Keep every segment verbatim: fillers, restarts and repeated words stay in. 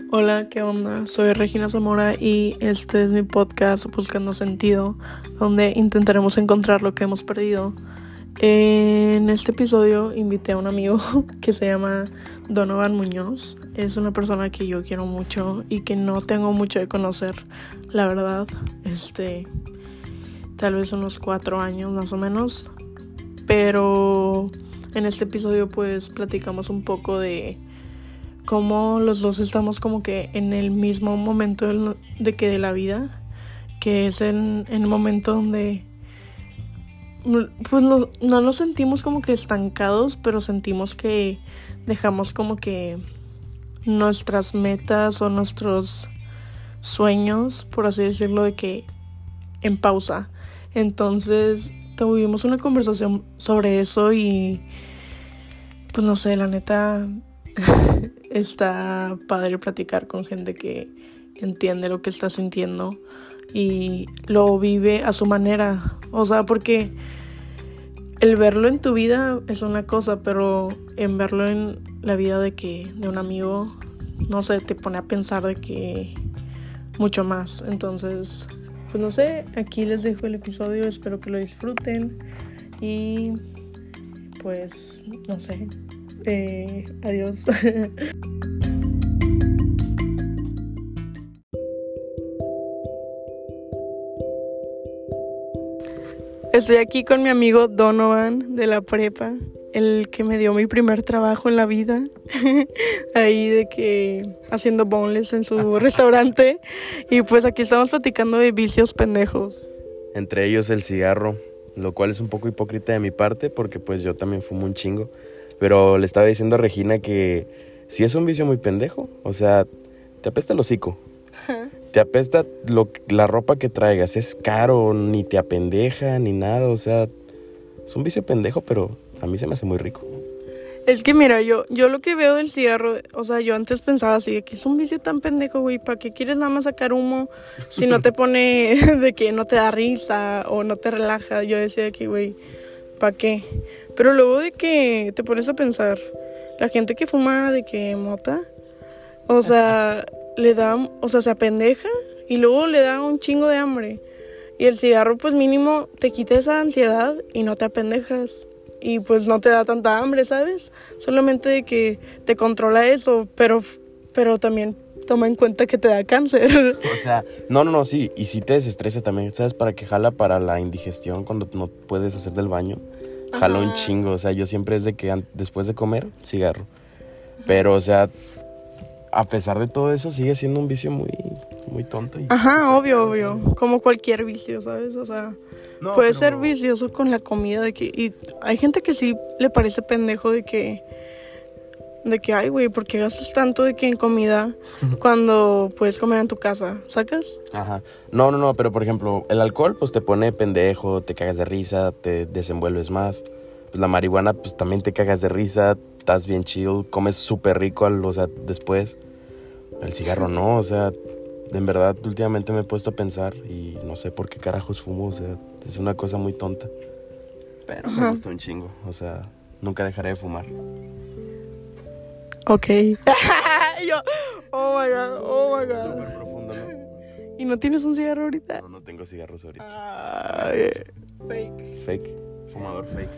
Hola, ¿qué onda? Soy Regina Zamora y este es mi podcast Buscando Sentido, donde intentaremos encontrar lo que hemos perdido. En este episodio invité a un amigo que se llama Donovan Muñoz. Es una persona que yo quiero mucho y que no tengo mucho de conocer, la verdad. Este, tal vez unos cuatro años más o menos. Pero en este episodio pues platicamos un poco de cómo los dos estamos como que en el mismo momento de que de la vida, que es en, en el momento donde pues no, no nos sentimos como que estancados, pero sentimos que dejamos como que nuestras metas o nuestros sueños, por así decirlo, de que en pausa. Entonces tuvimos una conversación sobre eso y pues no sé, la neta está padre platicar con gente que entiende lo que está sintiendo y lo vive a su manera. O sea, porque el verlo en tu vida es una cosa, pero en verlo en la vida de que de un amigo, no sé, te pone a pensar de que mucho más. Entonces, pues no sé, aquí les dejo el episodio, espero que lo disfruten y pues no sé. Eh, adiós. Estoy aquí con mi amigo Donovan de la prepa, el que me dio mi primer trabajo en la vida. Ahí de que haciendo boneless en su restaurante. Y pues aquí estamos platicando de vicios pendejos. Entre ellos el cigarro, lo cual es un poco hipócrita de mi parte porque pues yo también fumo un chingo. Pero le estaba diciendo a Regina que sí es un vicio muy pendejo. O sea, te apesta el hocico. Te apesta lo, la ropa que traigas. Es caro, ni te apendeja, ni nada. O sea, es un vicio pendejo, pero a mí se me hace muy rico. Es que mira, yo, yo lo que veo del cigarro, o sea, yo antes pensaba así, de que es un vicio tan pendejo, güey, ¿para qué quieres nada más sacar humo si no te pone de que no te da risa o no te relaja? Yo decía de que, güey, ¿para qué? Pero luego de que te pones a pensar, la gente que fuma de que mota, o sea, le da, o sea, se apendeja y luego le da un chingo de hambre. Y el cigarro, pues mínimo, te quita esa ansiedad y no te apendejas. Y pues no te da tanta hambre, ¿sabes? Solamente de que te controla eso, pero, pero también toma en cuenta que te da cáncer. O sea, no, no, no, sí. Y sí te desestresa también, ¿sabes? Para que jala para la indigestión cuando no puedes hacer del baño. Jala un chingo, o sea, yo siempre es de que después de comer, cigarro. Pero, o sea, a pesar de todo eso, sigue siendo un vicio muy, muy tonto. Y Ajá, obvio, obvio. Como cualquier vicio, ¿sabes? O sea, no, puede pero... ser vicioso con la comida. De que, y hay gente que sí le parece pendejo de que, de que, ay, güey, ¿por qué gastas tanto de que en comida cuando puedes comer en tu casa? ¿Sacas? Ajá. No, no, no, pero por ejemplo, el alcohol pues te pone pendejo, te cagas de risa, te desenvuelves más. Pues la marihuana pues también te cagas de risa, estás bien chill, comes súper rico, o sea, después. El cigarro no, o sea, en verdad últimamente me he puesto a pensar y no sé por qué carajos fumo, o sea, es una cosa muy tonta. Pero me gusta un chingo, o sea, nunca dejaré de fumar. Ok. Yo, oh my god, oh my god. Súper profundo, ¿no? ¿Y no tienes un cigarro ahorita? No, no tengo cigarros ahorita. Ay, fake. Fake, fumador fake.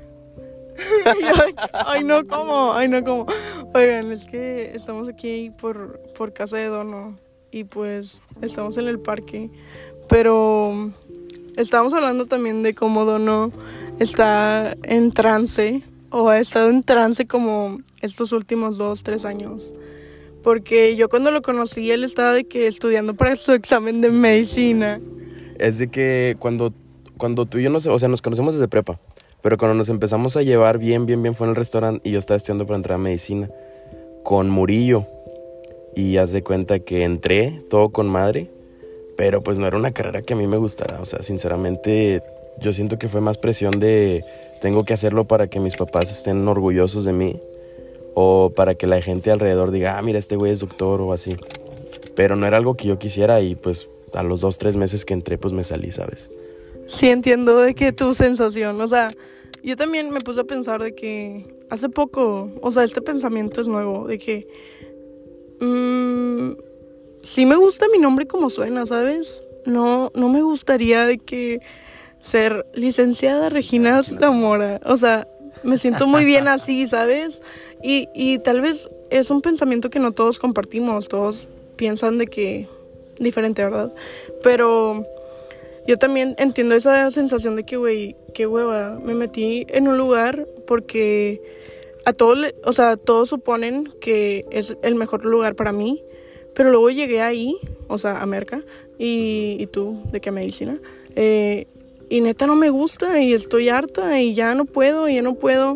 Ay, no, ¿cómo? Ay, no, ¿cómo? Oigan, es que estamos aquí por, por casa de Dono y pues estamos en el parque, pero estamos hablando también de cómo Dono está en trance o ha estado en trance como estos últimos dos, tres años. Porque yo cuando lo conocí, él estaba de que estudiando para su examen de medicina. Es de que cuando, cuando tú y yo nos, o sea, nos conocemos desde prepa, pero cuando nos empezamos a llevar bien, bien, bien fue en el restaurante y yo estaba estudiando para entrar a medicina con Murillo. Y haz de cuenta que entré todo con madre, pero pues no era una carrera que a mí me gustara. O sea, sinceramente, yo siento que fue más presión de tengo que hacerlo para que mis papás estén orgullosos de mí o para que la gente alrededor diga, ah, mira, este güey es doctor o así. Pero no era algo que yo quisiera y pues a los dos, tres meses que entré, pues me salí, ¿sabes? Sí, entiendo de que tu sensación, o sea, yo también me puse a pensar de que hace poco, o sea, este pensamiento es nuevo, de que Mmm, sí me gusta mi nombre como suena, ¿sabes? No, no me gustaría de que ser licenciada Regina Zamora. O sea, me siento muy bien así, ¿sabes? Y, y tal vez es un pensamiento que no todos compartimos. Todos piensan de que diferente, ¿verdad? Pero yo también entiendo esa sensación de que, güey, qué hueva. Me metí en un lugar porque a todos, le, o sea, todos suponen que es el mejor lugar para mí. Pero luego llegué ahí, o sea, a Merca, y, y tú, ¿de qué medicina? Eh, y neta no me gusta, y estoy harta, y ya no puedo, y ya no puedo.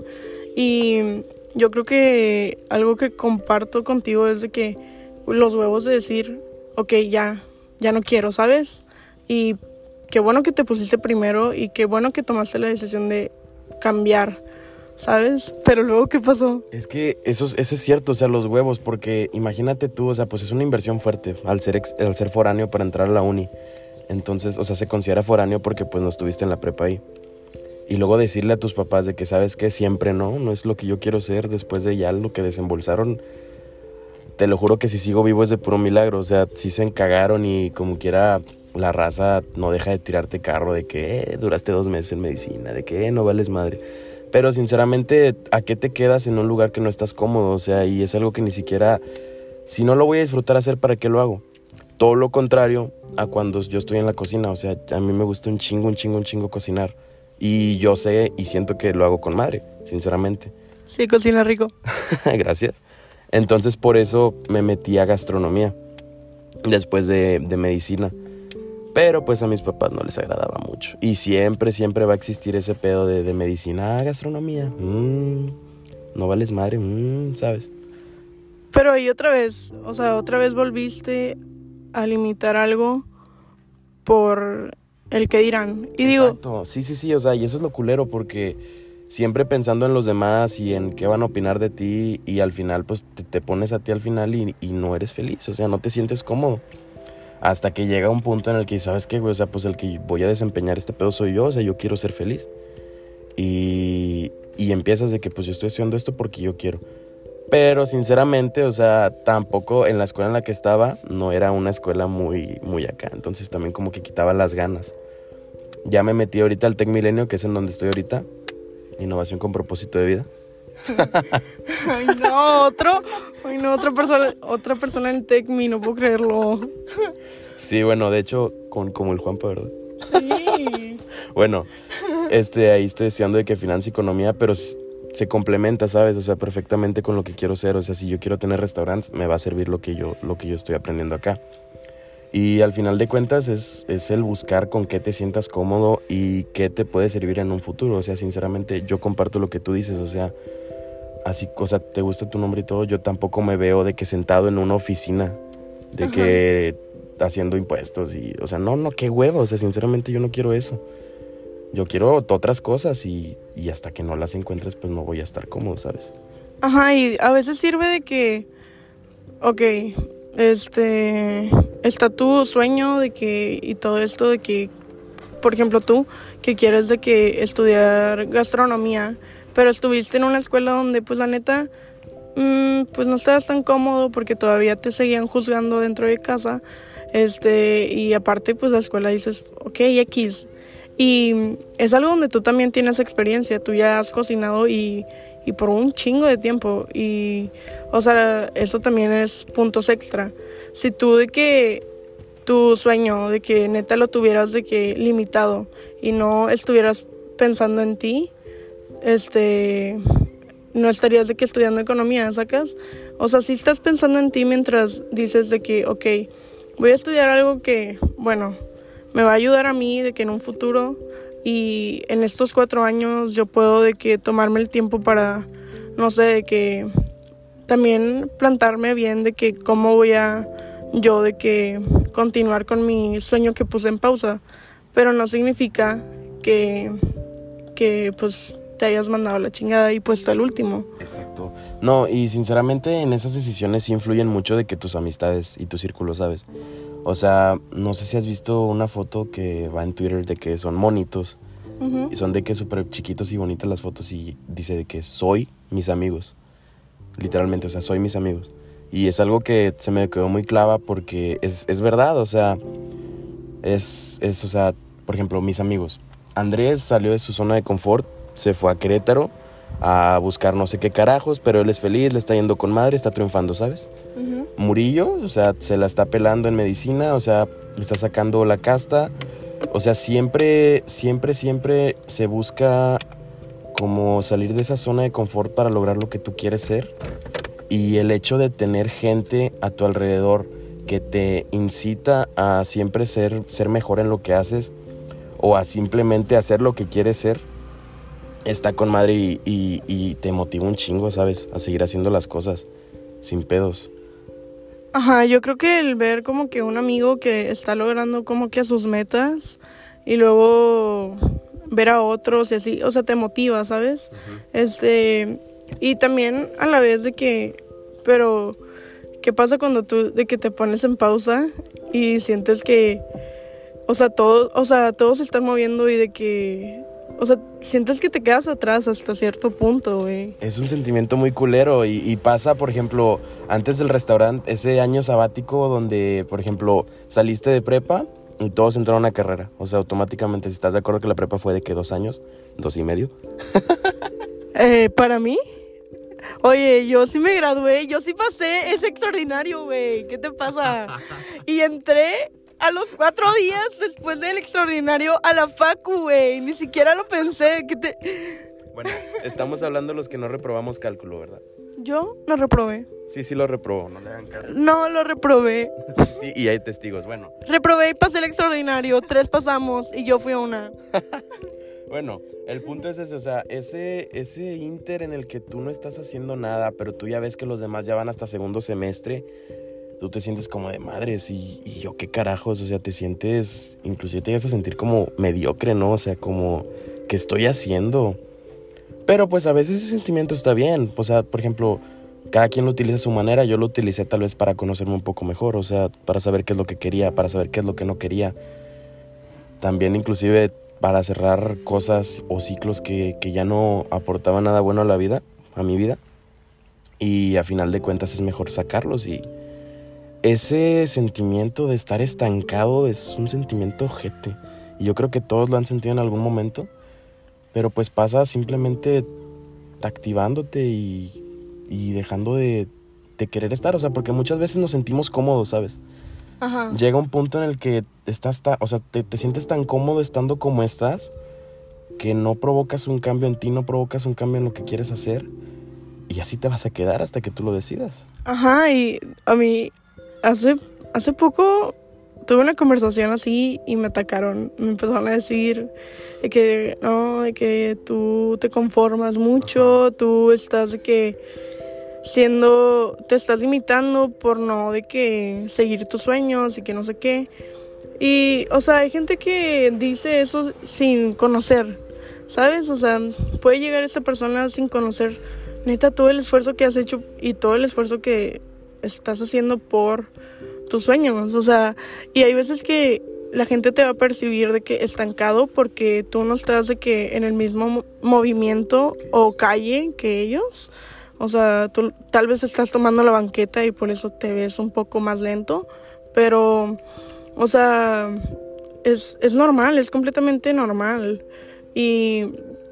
Y yo creo que algo que comparto contigo es de que los huevos de decir, ok, ya, ya no quiero, ¿sabes? Y qué bueno que te pusiste primero, y qué bueno que tomaste la decisión de cambiar, ¿sabes? Pero luego, ¿qué pasó? Es que eso, es- eso es cierto, o sea, los huevos, porque imagínate tú, o sea, pues es una inversión fuerte al ser, ex- al ser foráneo para entrar a la uni. Entonces, o sea, se considera foráneo porque pues no estuviste en la prepa ahí. Y luego decirle a tus papás de que, ¿sabes qué? Siempre no, no es lo que yo quiero ser después de ya lo que desembolsaron. Te lo juro que si sigo vivo es de puro milagro, o sea, sí se encagaron y como quiera la raza no deja de tirarte carro de que eh, duraste dos meses en medicina, de que eh, no vales madre. Pero sinceramente, ¿a qué te quedas en un lugar que no estás cómodo? O sea, y es algo que ni siquiera, si no lo voy a disfrutar hacer, ¿para qué lo hago? Todo lo contrario a cuando yo estoy en la cocina. O sea, a mí me gusta un chingo, un chingo, un chingo cocinar. Y yo sé y siento que lo hago con madre, sinceramente. Sí, cocina rico. Gracias. Entonces por eso me metí a gastronomía después de, de medicina. Pero pues a mis papás no les agradaba mucho. Y siempre, siempre va a existir ese pedo de, de medicina. Ah, gastronomía. Mm, no vales madre, mm, ¿sabes? Pero ahí otra vez, o sea, otra vez volviste a limitar algo por el que dirán. Y digo, Exacto. Sí, sí, sí. O sea, y eso es lo culero porque siempre pensando en los demás y en qué van a opinar de ti. Y al final pues te, te pones a ti al final y, y no eres feliz. O sea, no te sientes cómodo. Hasta que llega un punto en el que, ¿sabes qué, güey? O sea, pues el que voy a desempeñar este pedo soy yo. O sea, yo quiero ser feliz. Y, y empiezas de que, pues yo estoy estudiando esto porque yo quiero. Pero, sinceramente, o sea, tampoco en la escuela en la que estaba no era una escuela muy, muy acá. Entonces también como que quitaba las ganas. Ya me metí ahorita al Tec Milenio, que es en donde estoy ahorita. Innovación con propósito de vida. ay no, otro, ay no, otra persona, otra persona en TecMi, no puedo creerlo. Sí, bueno, de hecho, con, como el Juanpa, ¿verdad? Sí. Bueno, este, ahí estoy estudiando de que finanzas y economía, pero s- se complementa, ¿sabes? O sea, perfectamente con lo que quiero ser. O sea, si yo quiero tener restaurantes, me va a servir lo que yo, lo que yo estoy aprendiendo acá. Y al final de cuentas es, es el buscar con qué te sientas cómodo y qué te puede servir en un futuro. O sea, sinceramente, yo comparto lo que tú dices. O sea, así, o sea, te gusta tu nombre y todo. Yo tampoco me veo de que sentado en una oficina, de Ajá. que haciendo impuestos y, o sea, no, no, qué huevo. O sea, sinceramente yo no quiero eso. Yo quiero otras cosas y, y hasta que no las encuentres, pues no voy a estar cómodo, ¿sabes? Ajá, y a veces sirve de que, ok, este, está tu sueño de que, y todo esto de que, por ejemplo, tú, que quieres de que estudiar gastronomía, pero estuviste en una escuela donde, pues, la neta, mm, pues no estabas tan cómodo porque todavía te seguían juzgando dentro de casa, este, y aparte, pues, la escuela dices, ok, X, y es algo donde tú también tienes experiencia, tú ya has cocinado y, y por un chingo de tiempo, y, o sea, eso también es puntos extra. Si tú de que tu sueño, de que neta lo tuvieras de que limitado y no estuvieras pensando en ti, este, no estarías de que estudiando economía, ¿sacas? O sea, si estás pensando en ti mientras dices de que, ok, voy a estudiar algo que, bueno, me va a ayudar a mí de que en un futuro y en estos cuatro años yo puedo de que tomarme el tiempo para, no sé, de que también plantarme bien de que cómo voy a yo de que continuar con mi sueño que puse en pausa, pero no significa que, que pues te hayas mandado la chingada y puesto el último. Exacto. No, y sinceramente en esas decisiones sí influyen mucho de que tus amistades y tu círculo, ¿sabes? O sea, no sé si has visto una foto que va en Twitter de que son monitos. Uh-huh. Y son de que súper chiquitos y bonitas las fotos y dice de que soy mis amigos. Literalmente, o sea, soy mis amigos. Y es algo que se me quedó muy clava porque es, es verdad, o sea, es, es, o sea, por ejemplo, mis amigos. Andrés salió de su zona de confort, se fue a Querétaro a buscar no sé qué carajos, pero él es feliz, le está yendo con madre, está triunfando, ¿sabes? Uh-huh. Murillo, o sea, se la está pelando en medicina, o sea, le está sacando la casta. O sea, siempre, siempre, siempre se busca como salir de esa zona de confort para lograr lo que tú quieres ser. Y el hecho de tener gente a tu alrededor que te incita a siempre ser, ser mejor en lo que haces o a simplemente hacer lo que quieres ser, está con madre y, y, y te motiva un chingo, ¿sabes? A seguir haciendo las cosas sin pedos. Ajá, yo creo que el ver como que un amigo que está logrando como que sus metas y luego ver a otros y así, o sea, te motiva, ¿sabes? Uh-huh. Este, y también a la vez de que, pero, ¿qué pasa cuando tú, de que te pones en pausa y sientes que, o sea, todo, o sea, todos se están moviendo y de que, o sea, sientes que te quedas atrás hasta cierto punto, güey. Es un sentimiento muy culero y, y pasa, por ejemplo, antes del restaurante, ese año sabático donde, por ejemplo, saliste de prepa y todos entraron a carrera. O sea, automáticamente, si estás de acuerdo que la prepa fue de que dos años, dos y medio. eh, ¿Para mí? Oye, yo sí me gradué, yo sí pasé, es extraordinario, güey. ¿Qué te pasa? Y entré a los cuatro días después del extraordinario a la facu, güey. Ni siquiera lo pensé. ¿Qué te... Bueno, estamos hablando de los que no reprobamos cálculo, ¿verdad? Yo no reprobé. Sí, sí lo reprobó, no le hagan caso. No, lo reprobé. Sí, sí, y hay testigos, bueno. Reprobé y pasé el extraordinario, tres pasamos y yo fui a una. Bueno, el punto es ese, o sea, ese, ese inter en el que tú no estás haciendo nada, pero tú ya ves que los demás ya van hasta segundo semestre, tú te sientes como de madres y, y yo qué carajos, o sea, te sientes, inclusive te llegas a sentir como mediocre, ¿no? O sea, como, ¿qué estoy haciendo? Pero pues a veces ese sentimiento está bien, o sea, por ejemplo, cada quien lo utiliza a su manera, yo lo utilicé tal vez para conocerme un poco mejor, o sea, para saber qué es lo que quería, para saber qué es lo que no quería. También inclusive para cerrar cosas o ciclos que, que ya no aportaban nada bueno a la vida, a mi vida. Y a final de cuentas es mejor sacarlos y ese sentimiento de estar estancado es un sentimiento ojete. Y yo creo que todos lo han sentido en algún momento, pero pues pasa simplemente activándote y, y dejando de, de querer estar. O sea, porque muchas veces nos sentimos cómodos, ¿sabes? Ajá. Llega un punto en el que estás, ta, o sea, te, te sientes tan cómodo estando como estás que no provocas un cambio en ti, no provocas un cambio en lo que quieres hacer y así te vas a quedar hasta que tú lo decidas. Ajá, y a mí hace, hace poco tuve una conversación así y me atacaron, me empezaron a decir de que no, de que tú te conformas mucho, tú estás de que siendo, te estás limitando por no de que seguir tus sueños y que no sé qué. Y, o sea, hay gente que dice eso sin conocer, ¿sabes? O sea, puede llegar esa persona sin conocer neta todo el esfuerzo que has hecho y todo el esfuerzo que estás haciendo por tus sueños. O sea, y hay veces que la gente te va a percibir de que estancado porque tú no estás de que en el mismo movimiento o calle que ellos. O sea, tú tal vez estás tomando la banqueta y por eso te ves un poco más lento, pero, o sea, es, es normal, es completamente normal. Y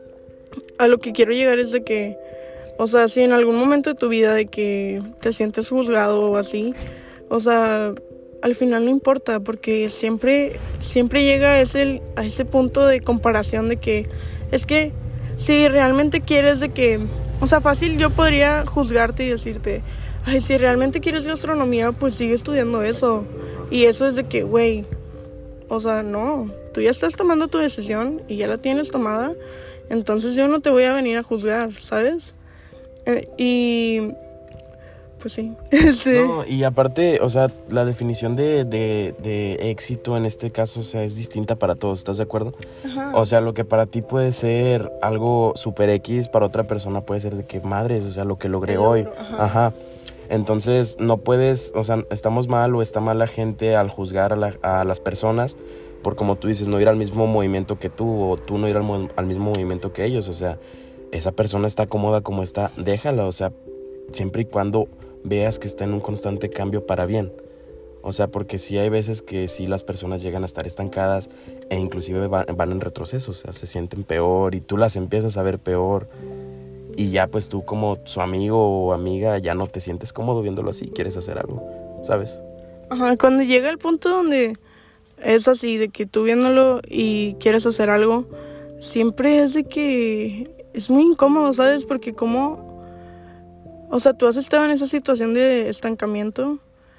a lo que quiero llegar es de que, o sea, si en algún momento de tu vida de que te sientes juzgado o así, o sea, al final no importa, porque siempre, siempre llega a ese, a ese punto de comparación de que, es que si realmente quieres de que, o sea, fácil, yo podría juzgarte y decirte, ay, si realmente quieres gastronomía, pues sigue estudiando eso. Y eso es de que, güey, o sea, no, tú ya estás tomando tu decisión y ya la tienes tomada, entonces yo no te voy a venir a juzgar, ¿sabes? Eh, y pues sí. sí. No, y aparte, o sea, la definición de, de, de éxito en este caso, o sea, es distinta para todos, ¿estás de acuerdo? Ajá. O sea, lo que para ti puede ser algo super X, para otra persona puede ser de que madres, o sea, lo que logré hoy. Ajá. Ajá. Entonces, no puedes, o sea, estamos mal o está mal la gente al juzgar a, la, a las personas por, como tú dices, no ir al mismo movimiento que tú o tú no ir al, al mismo movimiento que ellos. O sea, esa persona está cómoda como está, déjala, o sea, siempre y cuando veas que está en un constante cambio para bien. O sea, porque sí hay veces que sí las personas llegan a estar estancadas e inclusive van, van en retroceso, o sea, se sienten peor y tú las empiezas a ver peor y ya pues tú como su amigo o amiga ya no te sientes cómodo viéndolo así, quieres hacer algo, ¿sabes? Ajá, cuando llega el punto donde es así, de que tú viéndolo y quieres hacer algo, siempre es de que es muy incómodo, ¿sabes? Porque como, o sea, tú has estado en esa situación de estancamiento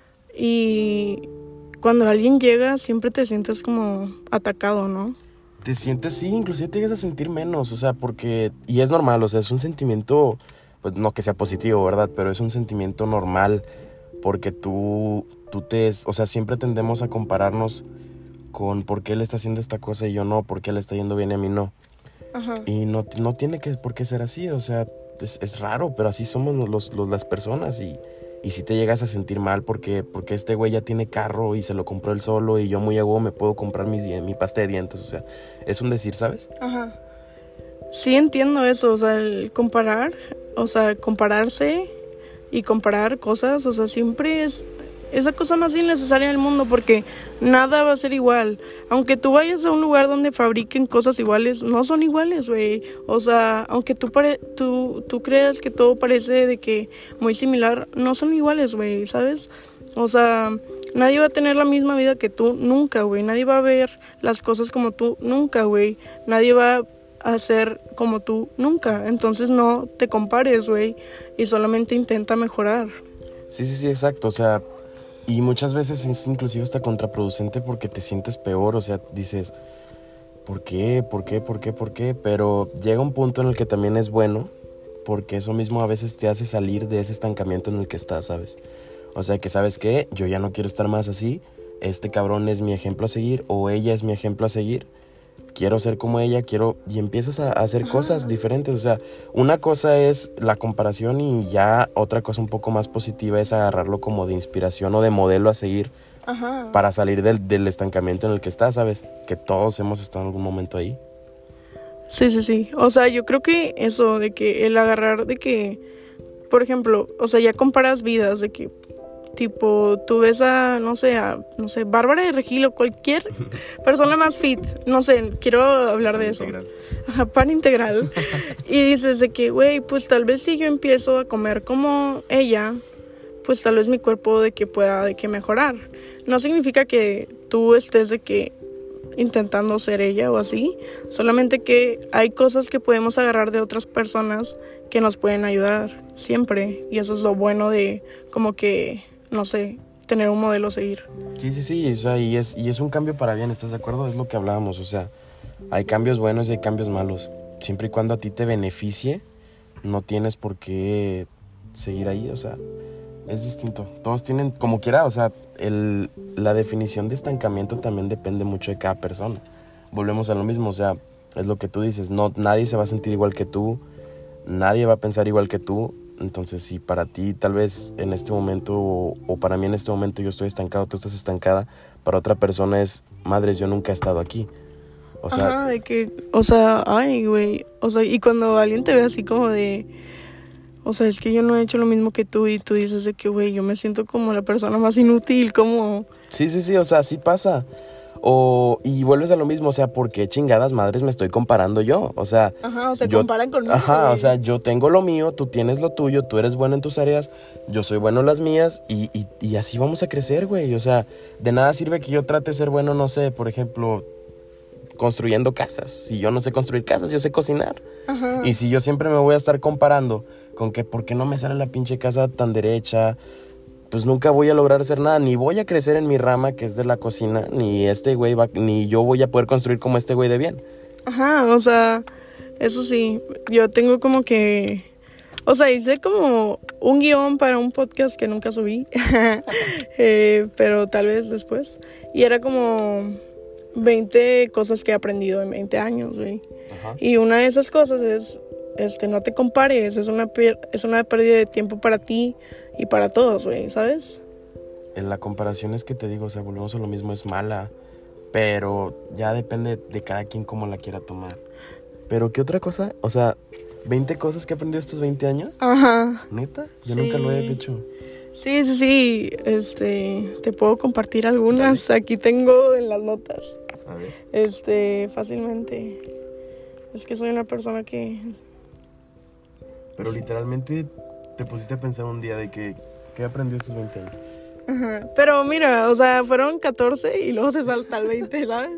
y cuando alguien llega siempre te sientes como atacado, ¿no? Te sientes, sí, inclusive te llegas a sentir menos, o sea, porque, y es normal, o sea, es un sentimiento, pues no que sea positivo, ¿verdad? Pero es un sentimiento normal, porque tú, tú te, o sea, siempre tendemos a compararnos con por qué él está haciendo esta cosa y yo no, por qué le está yendo bien y a mí no. Ajá. Y no, no tiene que, por qué ser así, o sea, es, es raro, pero así somos los, los, las personas y... Y si te llegas a sentir mal porque, porque este güey ya tiene carro y se lo compró él solo y yo muy a huevo me puedo comprar mis, mi pasta de dientes, o sea, es un decir, ¿sabes? Ajá. Sí entiendo eso, o sea, el comparar, o sea, compararse y comparar cosas, o sea, siempre es esa cosa más innecesaria del mundo porque nada va a ser igual. Aunque tú vayas a un lugar donde fabriquen cosas iguales, no son iguales, güey. O sea, aunque tú, pare- tú, tú creas que todo parece de que muy similar, no son iguales, güey, ¿sabes? O sea, nadie va a tener la misma vida que tú nunca, güey. Nadie va a ver las cosas como tú nunca, güey. Nadie va a ser como tú nunca. Entonces no te compares, güey, y solamente intenta mejorar. Sí, sí, sí, exacto, o sea, y muchas veces es inclusive hasta contraproducente porque te sientes peor, o sea, dices, ¿por qué? ¿Por qué? ¿Por qué? ¿Por qué? Pero llega un punto en el que también es bueno, porque eso mismo a veces te hace salir de ese estancamiento en el que estás, ¿sabes? O sea, que ¿sabes qué? Yo ya no quiero estar más así, este cabrón es mi ejemplo a seguir, o ella es mi ejemplo a seguir, quiero ser como ella, quiero... Y empiezas a hacer Ajá. cosas diferentes, o sea, una cosa es la comparación y ya otra cosa un poco más positiva es agarrarlo como de inspiración o de modelo a seguir. Ajá. Para salir del, del estancamiento en el que estás, ¿sabes? Que todos hemos estado en algún momento ahí. Sí, sí, sí. O sea, yo creo que eso de que el agarrar de que, por ejemplo, o sea, ya comparas vidas de que tipo, tú ves a, no sé, a, no sé, Bárbara de Regil o cualquier persona más fit, no sé, quiero hablar de eso. Integral. Ajá, pan integral. Y dices de que, güey, pues tal vez si yo empiezo a comer como ella, pues tal vez mi cuerpo de que pueda de que mejorar. No significa que tú estés de que intentando ser ella o así, solamente que hay cosas que podemos agarrar de otras personas que nos pueden ayudar siempre, y eso es lo bueno de como que, no sé, tener un modelo a seguir. Sí, sí, sí, o sea, y es, y es un cambio para bien, ¿estás de acuerdo? Es lo que hablábamos, o sea, hay cambios buenos y hay cambios malos. Siempre y cuando a ti te beneficie, no tienes por qué seguir ahí, o sea, es distinto. Todos tienen, como quiera, o sea, el, la definición de estancamiento también depende mucho de cada persona. Volvemos a lo mismo, o sea, es lo que tú dices, no, nadie se va a sentir igual que tú, nadie va a pensar igual que tú. Entonces, si para ti tal vez en este momento o, o para mí en este momento yo estoy estancado, tú estás estancada, para otra persona es, madres, yo nunca he estado aquí. O sea, ajá, de que, o sea, ay, güey, o sea, y cuando alguien te ve así como de, o sea, es que yo no he hecho lo mismo que tú y tú dices de que, güey, yo me siento como la persona más inútil, como... sí, sí, sí, o sea, sí pasa. O, y vuelves a lo mismo, o sea, ¿por qué chingadas madres me estoy comparando yo? O sea, Ajá, o sea, yo, comparan conmigo. Ajá, güey. o sea, yo tengo lo mío, tú tienes lo tuyo, tú eres bueno en tus áreas, yo soy bueno en las mías y, y, y así vamos a crecer, güey. O sea, de nada sirve que yo trate de ser bueno, no sé, por ejemplo, construyendo casas. Si yo no sé construir casas, yo sé cocinar. Ajá. Y si yo siempre me voy a estar comparando con que por qué no me sale la pinche casa tan derecha, pues nunca voy a lograr hacer nada, ni voy a crecer en mi rama que es de la cocina, ni este güey va, ni yo voy a poder construir como este güey de bien. Ajá, o sea, eso sí, yo tengo como que, o sea, hice como un guión para un podcast que nunca subí, eh, pero tal vez después, y era como veinte cosas que he aprendido en veinte años, güey. Ajá. Y una de esas cosas es, este, no te compares, es una, pier- es una pérdida de tiempo para ti y para todos, güey, ¿sabes? En la comparación es que te digo, o sea, volvemos a lo mismo, es mala, pero ya depende de cada quien cómo la quiera tomar. Pero ¿qué otra cosa? O sea, veinte cosas que he aprendido estos veinte años. Ajá. ¿Neta? Yo Sí. nunca lo he hecho. Sí, sí, sí, este, te puedo compartir algunas, aquí tengo en las notas, A ver. este, fácilmente, es que soy una persona que, Pero literalmente te pusiste a pensar un día de que, ¿qué aprendió estos veinte años? ajá, pero mira, o sea, fueron catorce y luego se salta al veinte, ¿sabes?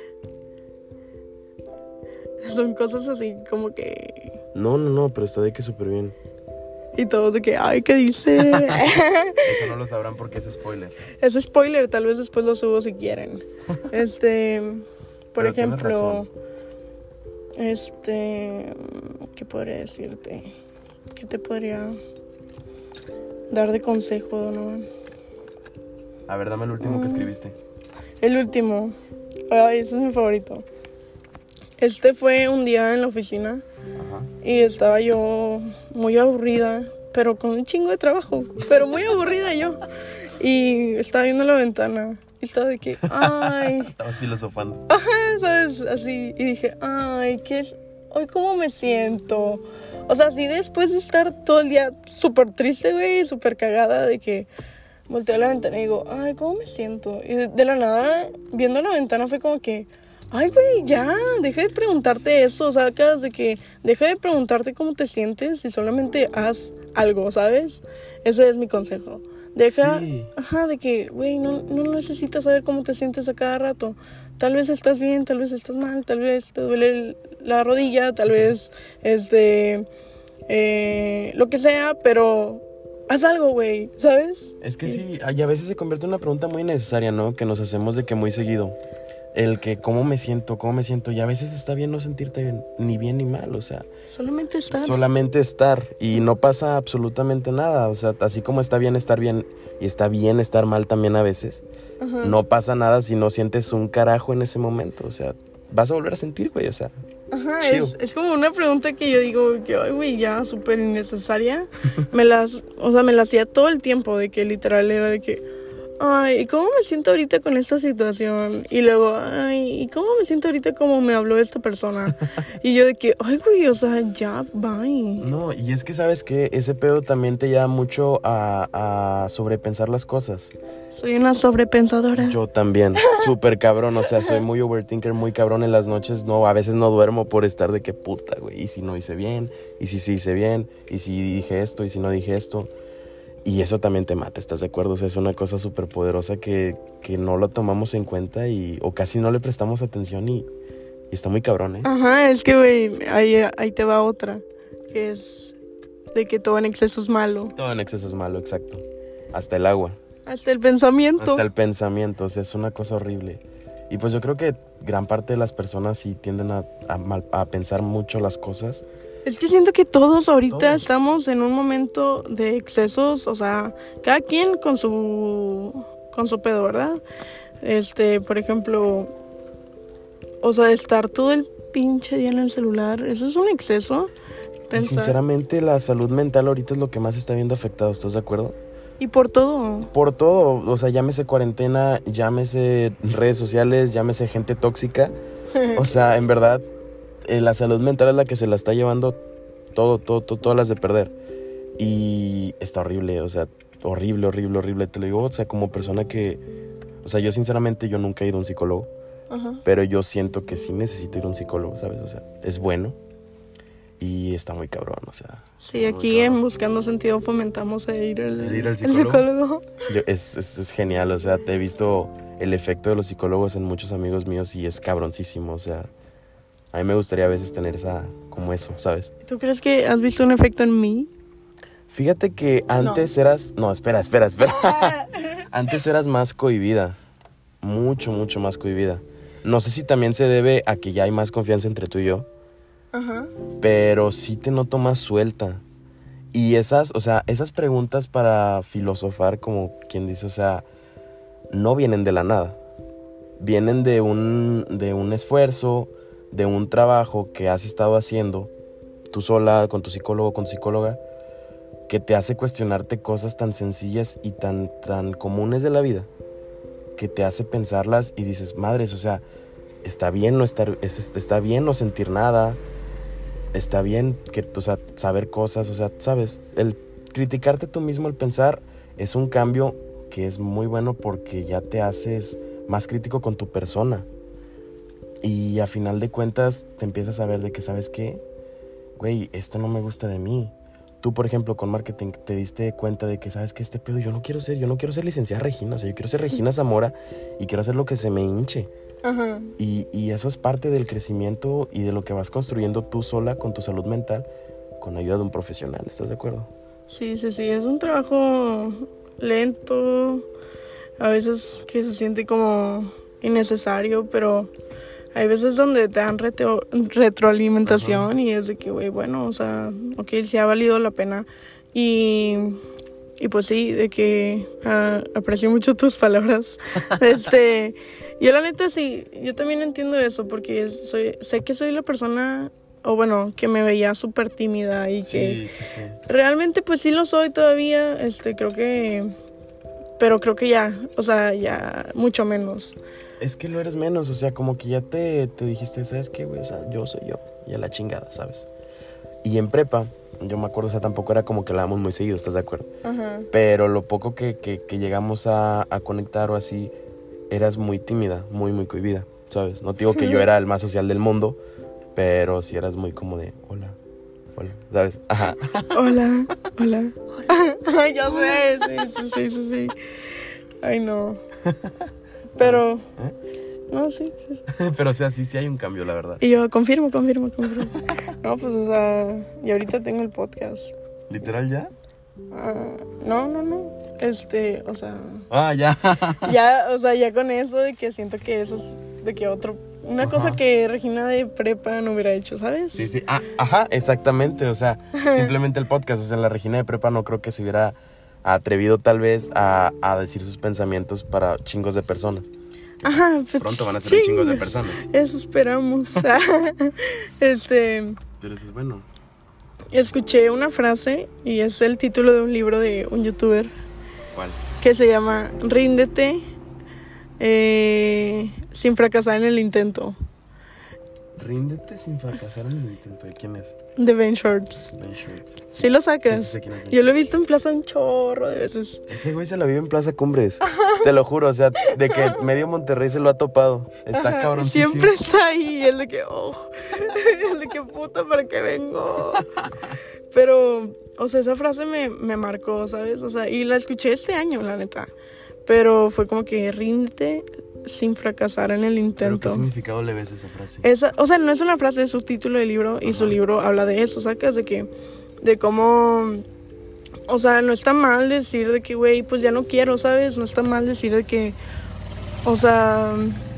Son cosas así como que, No, no, no, pero está de que súper bien. y todos de que, ay, ¿qué dice? Eso no lo sabrán porque es spoiler. Es spoiler, tal vez después lo subo si quieren. Este, por Pero tienes ejemplo, razón. este, ¿qué podría decirte? ¿Qué te podría dar de consejo, Donovan? A ver, dame el último Mm. que escribiste. El último, ay, ese es mi favorito. Este fue un día en la oficina Ajá. y estaba yo muy aburrida, pero con un chingo de trabajo, pero muy aburrida yo. Y estaba viendo la ventana y estaba de que, ay, Estabas filosofando. ¿sabes? Así, y dije, ay, ¿qué es? Hoy cómo me siento. O sea, así después de estar todo el día súper triste, güey, súper cagada, de que volteé a la ventana y digo, ay, ¿cómo me siento? Y de, de la nada, viendo la ventana fue como que, ay, güey, ya, deja de preguntarte eso, o sea, acabas de que, deja de preguntarte cómo te sientes y solamente haz algo, ¿sabes? Ese es mi consejo. Deja, Sí. ajá, de que, güey, no, no necesitas saber cómo te sientes a cada rato. Tal vez estás bien, tal vez estás mal, tal vez te duele el- la rodilla, tal vez, este, eh, lo que sea, pero haz algo, güey, ¿sabes? Es que sí, y a veces se convierte en una pregunta muy necesaria, ¿no? Que nos hacemos de que muy seguido. El que cómo me siento, cómo me siento. Y a veces está bien no sentirte bien, ni bien ni mal, o sea, Solamente estar. solamente estar. Y no pasa absolutamente nada. O sea, así como está bien estar bien y está bien estar mal también a veces, Ajá. no pasa nada si no sientes un carajo en ese momento. O sea, vas a volver a sentir, güey, o sea. Ajá, chill. es, es como una pregunta que yo digo que, ay, güey, ya súper innecesaria. Me las, o sea, me la hacía todo el tiempo, de que literal era de que, ay, ¿y cómo me siento ahorita con esta situación? Y luego, ay, ¿y cómo me siento ahorita como me habló esta persona? Y yo de que, ay, güey, o sea, ya, bye. No, y es que sabes que ese pedo también te lleva mucho a, a sobrepensar las cosas. Soy una sobrepensadora. Yo también, súper cabrón, o sea, soy muy overthinker, muy cabrón en las noches, no, a veces no duermo por estar de que puta, güey, y si no hice bien, y si sí hice bien, y si dije esto, y si no dije esto, y eso también te mata, ¿estás de acuerdo? O sea, es una cosa súper poderosa que, que no lo tomamos en cuenta y, o casi no le prestamos atención y, y está muy cabrón, ¿eh? Ajá, es que, güey, ahí, ahí te va otra, que es de que todo en exceso es malo. Todo en exceso es malo, exacto, hasta el agua. Hasta el pensamiento. Hasta el pensamiento, o sea, es una cosa horrible. Y pues yo creo que gran parte de las personas sí tienden a, a, mal- a pensar mucho las cosas. Es que siento que todos ahorita Todos. estamos en un momento de excesos, o sea, cada quien con su con su pedo, ¿verdad? Este, por ejemplo, o sea, estar todo el pinche día en el celular, eso es un exceso. Y Pensar. sinceramente la salud mental ahorita es lo que más está viendo afectado, ¿estás de acuerdo? Y por todo. Por todo, o sea, llámese cuarentena, llámese redes sociales, llámese gente tóxica. O sea, en verdad, eh, la salud mental es la que se la está llevando todo, todo, todo, todas las de perder. Y está horrible, o sea, horrible, horrible, horrible. Te lo digo, o sea, como persona que... O sea, yo sinceramente yo nunca he ido a un psicólogo, Ajá. pero yo siento que sí necesito ir a un psicólogo, ¿sabes? O sea, es bueno y está muy cabrón, o sea... Sí, aquí en Buscando Sentido fomentamos a ir al, ¿El ir al al psicólogo? psicólogo. Yo- es, es, es genial, o sea, te he visto el efecto de los psicólogos en muchos amigos míos y es cabroncísimo, o sea, a mí me gustaría a veces tener esa, como eso, ¿sabes? ¿Tú crees que has visto un efecto en mí? Fíjate que antes eras, no, espera, espera, espera, antes eras más cohibida, mucho, mucho más cohibida. No sé si también se debe a que ya hay más confianza entre tú y yo, Ajá. pero sí te noto más suelta. Y esas, o sea, esas preguntas para filosofar, como quien dice, o sea, no vienen de la nada. Vienen de un, de un esfuerzo, de un trabajo que has estado haciendo tú sola, con tu psicólogo, con tu psicóloga, que te hace cuestionarte cosas tan sencillas y tan, tan comunes de la vida, que te hace pensarlas y dices, madres, o sea, está bien no estar, es- está bien no sentir nada, está bien que, o sea, saber cosas, o sea, sabes, el criticarte tú mismo, el pensar es un cambio que es muy bueno porque ya te haces más crítico con tu persona. Y a final de cuentas te empiezas a ver de que, ¿sabes qué? Güey, esto no me gusta de mí. Tú, por ejemplo, con marketing te diste cuenta de que, ¿sabes qué? Este pedo yo no quiero ser, yo no quiero ser licenciada Regina, o sea, yo quiero ser Regina Zamora y quiero hacer lo que se me hinche. Ajá. Y, y eso es parte del crecimiento y de lo que vas construyendo tú sola con tu salud mental con ayuda de un profesional, ¿estás de acuerdo? Sí, sí, sí, es un trabajo lento, a veces que se siente como innecesario, pero hay veces donde te dan retro, retroalimentación. Ajá. Y es de que, güey, bueno, o sea, ok, sí ha valido la pena. Y, y pues sí, de que uh, aprecio mucho tus palabras. este, yo la neta sí, yo también entiendo eso, porque soy, sé que soy la persona, o bueno, que me veía súper tímida y sí, que sí, sí. realmente pues sí lo soy todavía, este, creo que, pero creo que ya, o sea, ya mucho menos. Es que lo eres menos, o sea, como que ya te, te dijiste, ¿sabes qué, güey? O sea, yo soy yo, y a la chingada, ¿sabes? Y en prepa, yo me acuerdo, o sea, tampoco era como que la damos muy seguido, ¿estás de acuerdo? Ajá. Pero lo poco que, que, que llegamos a, a conectar o así, eras muy tímida, muy, muy cohibida, ¿sabes? No te digo que yo era el más social del mundo, pero sí eras muy como de, hola, hola, ¿sabes? Ajá. Hola, hola. Ay, ya sé, sí, sí, sí, sí, sí. Ay, no. Pero, ¿eh? No, sí, sí. Pero, o sea, sí, sí hay un cambio, la verdad. Y yo, confirmo, confirmo, confirmo. No, pues, o sea, y ahorita tengo el podcast. ¿Literal ya? Uh, no, no, no. Este, o sea... Ah, ya. Ya, o sea, ya con eso de que siento que eso es de que otro... Una ajá. cosa que Regina de prepa no hubiera hecho, ¿sabes? Sí, sí. Ah, ajá, exactamente. O sea, simplemente el podcast. O sea, la Regina de prepa no creo que se hubiera atrevido tal vez a, a decir sus pensamientos para chingos de personas. Ajá, pues pronto van a ser chingos de personas. Eso esperamos. este... Pero eso es bueno. Escuché una frase y es el título de un libro de un youtuber. ¿Cuál? Que se llama Ríndete eh, sin fracasar en el intento. Ríndete sin fracasar en el intento. ¿De quién es? De Ben Shorts. Ben Shorts. ¿Sí lo sacas? Sí, sí sé quién es Ben Yo lo he visto en Plaza un chorro de veces. Ese güey se la vive en Plaza Cumbres. Te lo juro, o sea, de que medio Monterrey se lo ha topado. Está ajá, cabroncísimo. Siempre está ahí, el de que, oh, el de que puta, ¿para qué vengo? Pero, o sea, esa frase me, me marcó, ¿sabes? O sea, y la escuché este año, la neta. Pero fue como que ríndete sin fracasar en el intento. ¿Pero qué significado le ves a esa frase? Esa, o sea, no es una frase, es su título del libro. Y ajá. Su libro habla de eso, ¿sacas? De que, de cómo, o sea, no está mal decir de que, güey, pues ya no quiero, ¿sabes? No está mal decir de que, o sea,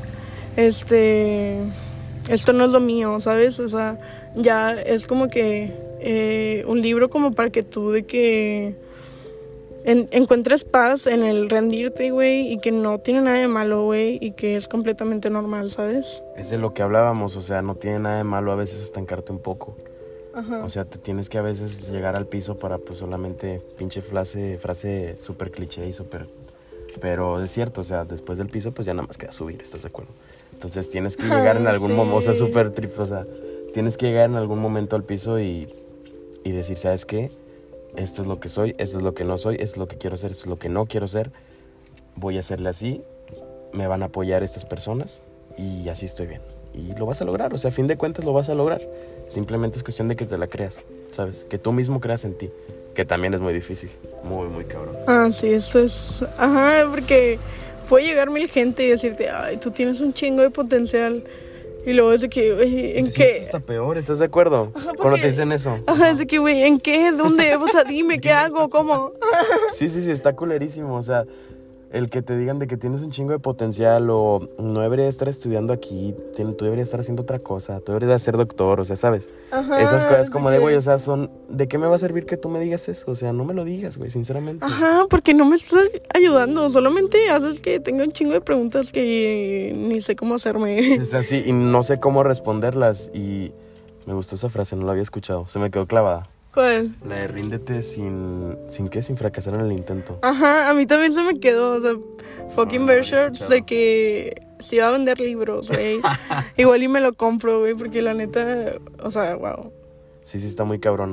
este, esto no es lo mío, ¿sabes? O sea, ya es como que eh, un libro como para que tú de que En, encuentres paz en el rendirte, güey, y que no tiene nada de malo, güey, y que es completamente normal, ¿sabes? Es de lo que hablábamos, o sea, no tiene nada de malo a veces estancarte un poco. Ajá. O sea, te tienes que a veces llegar al piso para pues solamente pinche frase, frase súper cliché y súper... Pero es cierto, o sea, después del piso pues ya nada más queda subir, ¿estás de acuerdo? Entonces tienes que llegar en algún sí. momento, o sea, súper trip, o sea, tienes que llegar en algún momento al piso y, y decir, ¿sabes qué? Esto es lo que soy, esto es lo que no soy, esto es lo que quiero ser, esto es lo que no quiero ser. Voy a hacerle así, me van a apoyar estas personas y así estoy bien. Y lo vas a lograr, o sea, a fin de cuentas lo vas a lograr. Simplemente es cuestión de que te la creas, ¿sabes? Que tú mismo creas en ti, que también es muy difícil, muy, muy cabrón. Ah, sí, eso es... Ajá, porque puede llegar mil gente y decirte, ay, tú tienes un chingo de potencial. Y luego es de que, güey, ¿en qué? Está peor, ¿estás de acuerdo? Ajá, porque, cuando te dicen eso. Ajá, es de que, güey, ¿en qué? ¿Dónde? O sea, dime, ¿qué hago? ¿Cómo? Sí, sí, sí, está culerísimo. O sea, el que te digan de que tienes un chingo de potencial o no deberías estar estudiando aquí, tú deberías estar haciendo otra cosa, tú deberías ser doctor, o sea, ¿sabes? Ajá, esas cosas como de, de, güey, o sea, son... ¿De qué me va a servir que tú me digas eso? O sea, no me lo digas, güey, sinceramente. Ajá, porque no me estás ayudando, solamente haces que tenga un chingo de preguntas que ni sé cómo hacerme. Es así, y no sé cómo responderlas, y me gustó esa frase, no la había escuchado, se me quedó clavada. ¿Cuál? La de ríndete sin... ¿Sin qué? Sin fracasar en el intento. Ajá, a mí también se me quedó, o sea, fucking no, Ben Shorts, de que si iba a vender libros, güey. Igual y me lo compro, güey, porque la neta, o sea, wow. Sí, sí, está muy cabrona.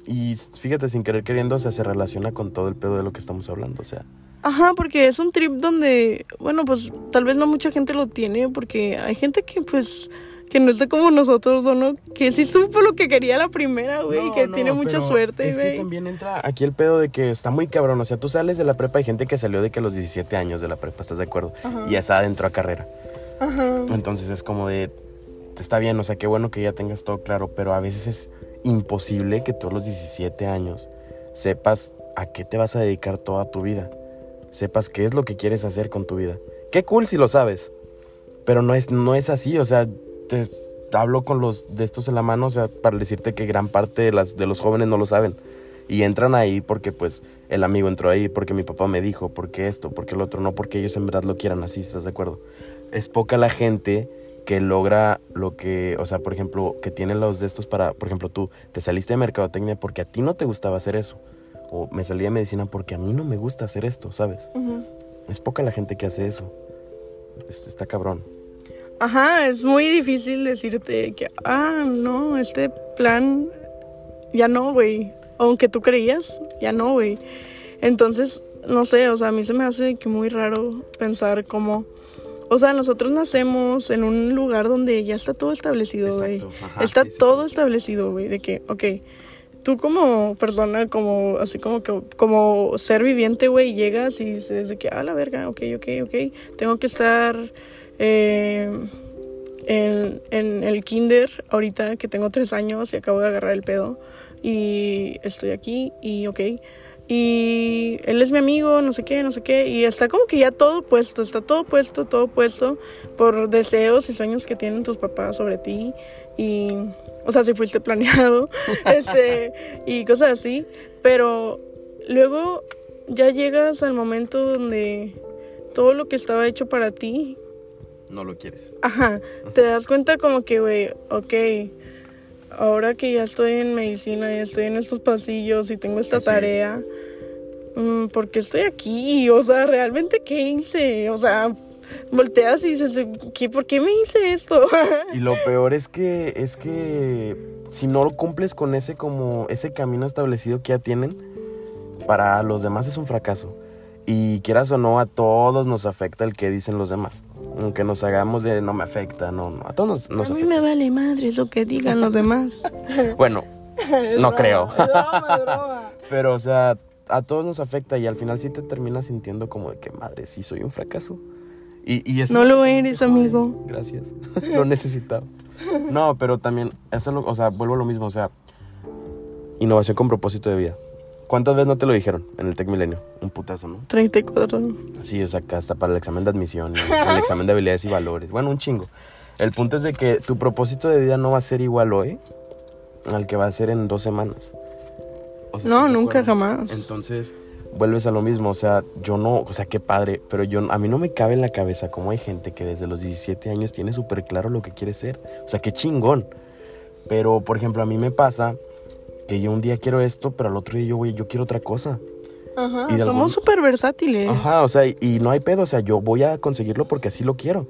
Y fíjate, sin querer queriendo, o sea, se relaciona con todo el pedo de lo que estamos hablando, o sea. Ajá, porque es un trip donde, bueno, pues tal vez no mucha gente lo tiene, porque hay gente que pues que no está como nosotros, ¿no? Que sí supo lo que quería la primera, güey, no, que no, tiene mucha suerte, es güey. Es que también entra aquí el pedo de que está muy cabrón, o sea, tú sales de la prepa, hay gente que salió de que a los diecisiete años de la prepa, ¿estás de acuerdo? Ajá. Y ya está adentro a carrera. Ajá. Entonces es como de, está bien, o sea, qué bueno que ya tengas todo claro, pero a veces es imposible que tú a los diecisiete años sepas a qué te vas a dedicar toda tu vida. Sepas qué es lo que quieres hacer con tu vida. Qué cool si lo sabes, pero no es, no es así, o sea, te hablo con los de estos en la mano, o sea, para decirte que gran parte de, las, de los jóvenes no lo saben. Y entran ahí porque, pues, el amigo entró ahí, porque mi papá me dijo, porque esto, porque el otro, no porque ellos en verdad lo quieran así, ¿estás de acuerdo? Es poca la gente que logra lo que, o sea, por ejemplo, que tienen los de estos para, por ejemplo, tú te saliste de mercadotecnia porque a ti no te gustaba hacer eso. O me salí de medicina porque a mí no me gusta hacer esto, ¿sabes? Uh-huh. Es poca la gente que hace eso. Está cabrón. Ajá, es muy difícil decirte que, ah, no, este plan, ya no, güey. Aunque tú creías, ya no, güey. Entonces, no sé, o sea, a mí se me hace que muy raro pensar como, o sea, nosotros nacemos en un lugar donde ya está todo establecido, güey. Está sí, sí, todo sí. establecido, güey, de que, ok, tú como persona, como, así como que, como ser viviente, güey, llegas y dices de que, ah, la verga, ok, ok, ok, tengo que estar eh, en, en el kinder ahorita que tengo tres años y acabo de agarrar el pedo y estoy aquí y ok, y él es mi amigo, no sé qué, no sé qué, y está como que ya todo puesto, está todo puesto, todo puesto por deseos y sueños que tienen tus papás sobre ti y, o sea, si fuiste planeado, este, y cosas así, pero luego ya llegas al momento donde todo lo que estaba hecho para ti no lo quieres. Ajá, te das cuenta como que, güey, ok, ahora que ya estoy en medicina, ya estoy en estos pasillos y tengo esta sí. tarea, mmm, ¿por qué estoy aquí? O sea, ¿realmente qué hice? O sea, volteas y dices, ¿qué, ¿por qué me hice esto? Y lo peor es que, es que si no cumples con ese, como, ese camino establecido que ya tienen, para los demás es un fracaso. Y quieras o no, a todos nos afecta el que dicen los demás. Aunque nos hagamos de no me afecta, no, no, a todos nos, nos a afecta. A mí me vale madre eso que digan los demás. Bueno, no broma, creo. Es broma, es broma. Pero, o sea, a todos nos afecta y al final sí te terminas sintiendo como de que, madre, sí soy un fracaso. Y, y eso no lo eres, amigo. Gracias, lo necesitaba. No, pero también, eso lo, o sea, vuelvo a lo mismo, o sea, innovación con propósito de vida. ¿Cuántas veces no te lo dijeron en el Tec Milenio? Un putazo, ¿no? treinta y cuatro. Sí, o sea, hasta para el examen de admisión, el examen de habilidades y valores. Bueno, un chingo. El punto es de que tu propósito de vida no va a ser igual hoy al que va a ser en dos semanas. O sea, no, nunca, jamás. Entonces, vuelves a lo mismo. O sea, yo no, o sea, qué padre, pero yo, a mí no me cabe en la cabeza cómo hay gente que desde los diecisiete años tiene súper claro lo que quiere ser. O sea, qué chingón. Pero, por ejemplo, a mí me pasa que yo un día quiero esto, pero al otro día yo, güey, yo quiero otra cosa. Ajá, somos algún... súper versátiles. Ajá, o sea, y, y no hay pedo, o sea, yo voy a conseguirlo porque así lo quiero.